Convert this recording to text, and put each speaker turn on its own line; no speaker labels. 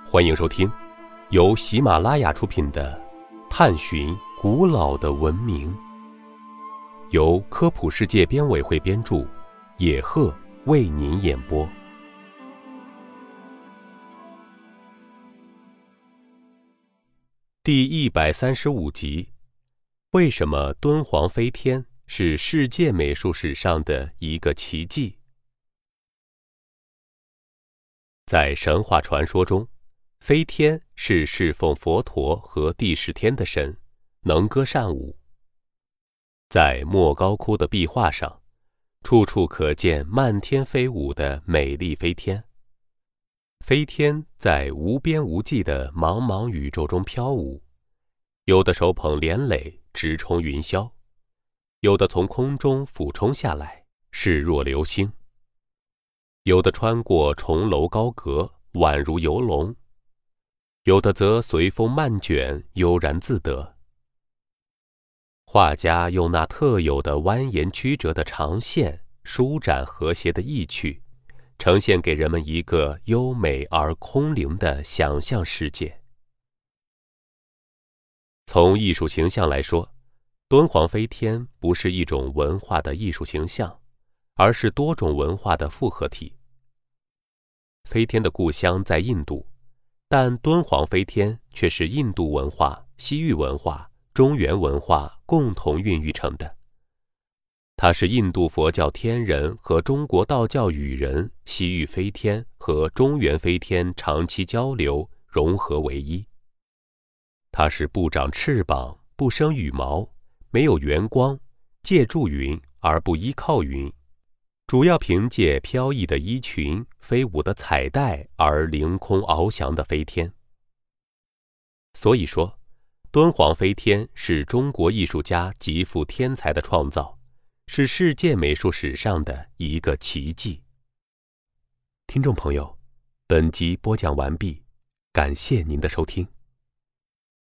欢迎收听由喜马拉雅出品的《探寻古老的文明》，由科普世界编委会编著，野鹤为您演播。第135集：为什么敦煌飞天是世界美术史上的一个奇迹？在神话传说中，飞天是侍奉佛陀和帝释天的神，能歌善舞。在莫高窟的壁画上，处处可见漫天飞舞的美丽飞天。飞天在无边无际的茫茫宇宙中飘舞，有的手捧连垒直冲云霄，有的从空中俯冲下来势若流星，有的穿过重楼高阁宛如游龙，有的则随风漫卷悠然自得。画家用那特有的蜿蜒曲折的长线舒展和谐的意趣，呈现给人们一个优美而空灵的想象世界。从艺术形象来说，敦煌飞天不是一种文化的艺术形象，而是多种文化的复合体。飞天的故乡在印度，但敦煌飞天却是印度文化、西域文化、中原文化共同孕育成的。它是印度佛教天人和中国道教羽人西域飞天和中原飞天长期交流融合为一。它是不长翅膀、不生羽毛、没有圆光，借助云而不依靠云，主要凭借飘逸的衣裙、飞舞的彩带而凌空翱翔的飞天。所以说，敦煌飞天是中国艺术家极富天才的创造，是世界美术史上的一个奇迹。听众朋友，本集播讲完毕，感谢您的收听。